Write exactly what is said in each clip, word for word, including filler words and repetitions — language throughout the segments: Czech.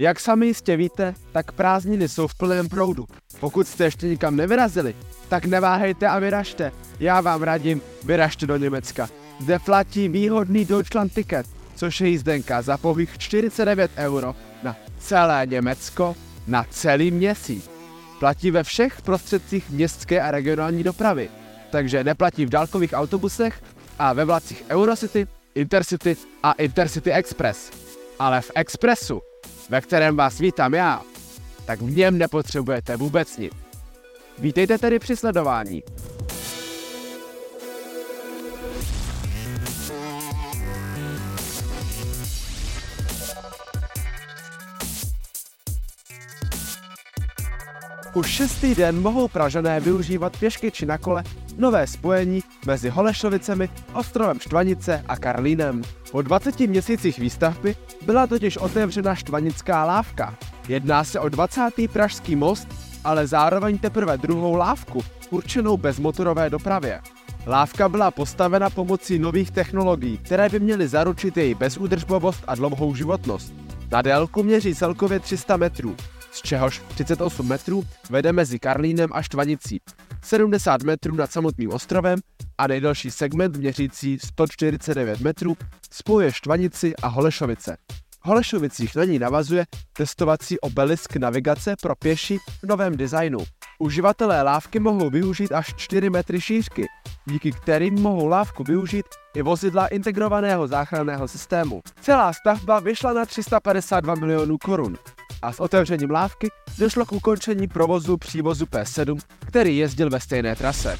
Jak sami jistě víte, tak prázdniny jsou v plném proudu. Pokud jste ještě nikam nevyrazili, tak neváhejte a vyražte. Já vám radím, vyražte do Německa. Zde platí výhodný Deutschland Ticket, což je jízdenka za pouhých čtyřicet devět euro na celé Německo na celý měsíc. Platí ve všech prostředcích městské a regionální dopravy, takže neplatí v dálkových autobusech a ve vlacích Eurocity, Intercity a Intercity Express. Ale v Expressu, ve kterém vás vítám já, tak v něm nepotřebujete vůbec nic. Vítejte tedy při sledování. Už šestý den mohou Pražané využívat pěšky či na kole nové spojení mezi Holešovicemi, ostrovem Štvanice a Karlínem. Po dvaceti měsících výstavby byla totiž otevřena Štvanická lávka. Jedná se o dvacátý pražský most, ale zároveň teprve druhou lávku, určenou bezmotorové dopravě. Lávka byla postavena pomocí nových technologií, které by měly zaručit její bezúdržbovost a dlouhou životnost. Na délku měří celkově tři sta metrů, z čehož třicet osm metrů vede mezi Karlínem a Štvanicí, sedmdesát metrů nad samotným ostrovem a nejdelší segment měřící sto čtyřicet devět metrů spojuje Štvanici a Holešovice. V Holešovicích na ní navazuje testovací obelisk navigace pro pěší v novém designu. Uživatelé lávky mohou využít až čtyři metry šířky, díky kterým mohou lávku využít i vozidla integrovaného záchranného systému. Celá stavba vyšla na tři sta padesát dva milionů korun a s otevřením lávky došlo k ukončení provozu přívozu P sedm, který jezdil ve stejné trase.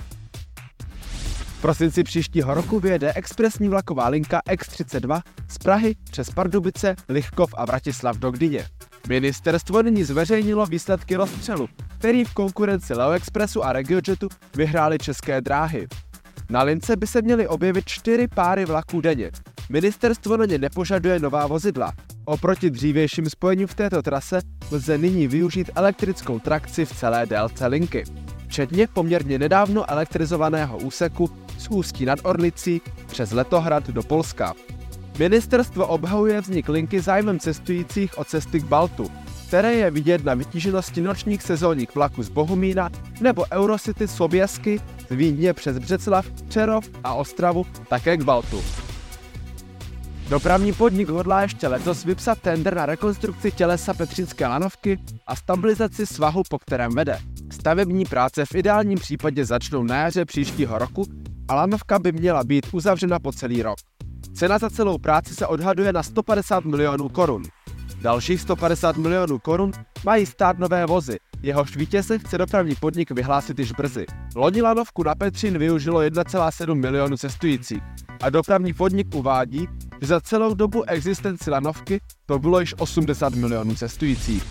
V prosinci příštího roku vyjede expresní vlaková linka X třicet dva z Prahy přes Pardubice, Lichkov a Vratislav do Gdyně. Ministerstvo nyní zveřejnilo výsledky rozstřelu, který v konkurenci Leo Expressu a RegioJetu vyhrály České dráhy. Na lince by se měly objevit čtyři páry vlaků denně. Ministerstvo na ně nepožaduje nová vozidla. Oproti dřívějším spojením v této trase lze nyní využít elektrickou trakci v celé délce linky, včetně poměrně nedávno elektrizovaného úseku z Ústí nad Orlicí přes Letohrad do Polska. Ministerstvo obhajuje vznik linky zájmem cestujících o cesty k Baltu, které je vidět na vytíženosti nočních sezónních vlaků z Bohumína nebo Eurocity Soběsky z Vídně přes Břeclav, Přerov a Ostravu také k Baltu. Dopravní podnik hodlá ještě letos vypsat tendr na rekonstrukci tělesa Petřínské lanovky a stabilizaci svahu, po kterém vede. Stavební práce v ideálním případě začnou na jaře příštího roku a lanovka by měla být uzavřena po celý rok. Cena za celou práci se odhaduje na sto padesát milionů korun. Dalších sto padesát milionů korun mají stát nové vozy, jehož vítěze chce dopravní podnik vyhlásit již brzy. Loni lanovku na Petřín využilo jedna celá sedm milionu cestujících a dopravní podnik uvádí, že za celou dobu existenci lanovky to bylo již osmdesát milionů cestujících.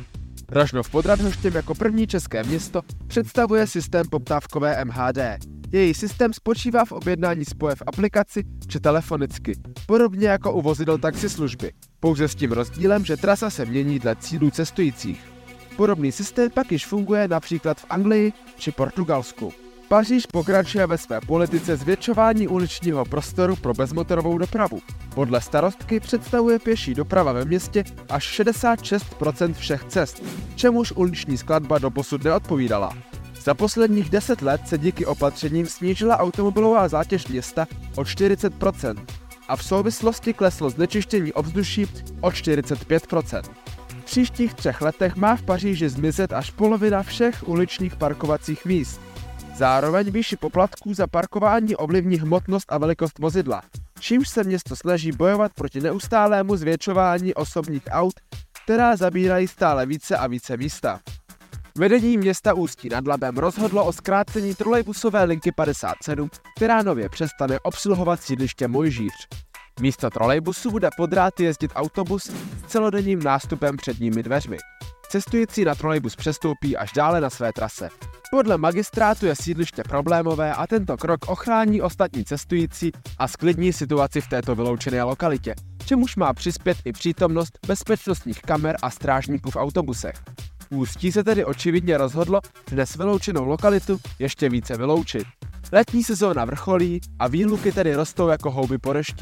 Rožnov pod Radhoštěm jako první české město představuje systém poptávkové M H D. Její systém spočívá v objednání spoje v aplikaci či telefonicky, podobně jako u vozidel taxislužby, pouze s tím rozdílem, že trasa se mění dle cílů cestujících. Podobný systém pak již funguje například v Anglii či Portugalsku. Paříž pokračuje ve své politice zvětšování uličního prostoru pro bezmotorovou dopravu. Podle starostky představuje pěší doprava ve městě až šedesát šest procent všech cest, čemuž uliční skladba doposud neodpovídala. Za posledních deset let se díky opatřením snížila automobilová zátěž města o čtyřicet procent a v souvislosti kleslo znečištění ovzduší o čtyřicet pět procent. V příštích třech letech má v Paříži zmizet až polovina všech uličních parkovacích míst. Zároveň výši poplatků za parkování ovlivní hmotnost a velikost vozidla, čímž se město snaží bojovat proti neustálému zvětšování osobních aut, která zabírají stále více a více místa. Vedení města Ústí nad Labem rozhodlo o zkrácení trolejbusové linky padesát sedm, která nově přestane obsluhovat sídliště Mojžíř. Místo trolejbusu bude pod dráty jezdit autobus s celodenním nástupem předními dveřmi. Cestující na trolejbus přestoupí až dále na své trase. Podle magistrátu je sídliště problémové a tento krok ochrání ostatní cestující a sklidní situaci v této vyloučené lokalitě, čemuž má přispět i přítomnost bezpečnostních kamer a strážníků v autobusech. Ústí se tedy očividně rozhodlo dnes vyloučenou lokalitu ještě více vyloučit. Letní sezóna vrcholí a výluky tedy rostou jako houby po dešti.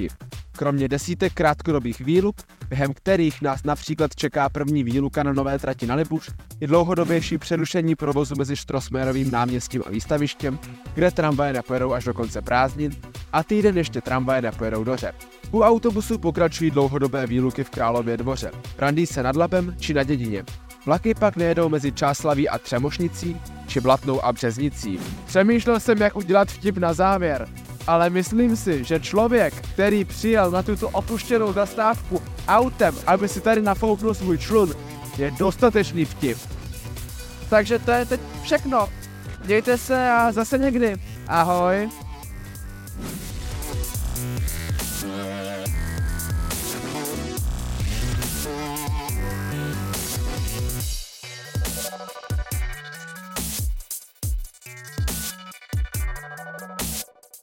Kromě desítek krátkodobých výluk, během kterých nás například čeká první výluka na nové trati na Libuš, je dlouhodobější přerušení provozu mezi Štrosmayerovým náměstím a výstavištěm, kde tramvaje nepojedou až do konce prázdnin, a týden ještě tramvaje nepojedou do Řep. U autobusů pokračují dlouhodobé výluky v Králově Dvoře, Brandýse nad Labem či na Dědině. Vlaky pak nejedou mezi Čáslaví a Třemošnicí či Blatnou a Březnicí. Přemýšlel jsem, jak udělat vtip na závěr, ale myslím si, že člověk, který přijel na tuto opuštěnou zastávku autem, aby si tady nafouknul svůj člun, je dostatečný vtip. Takže to je teď všechno. Mějte se a zase někdy. Ahoj.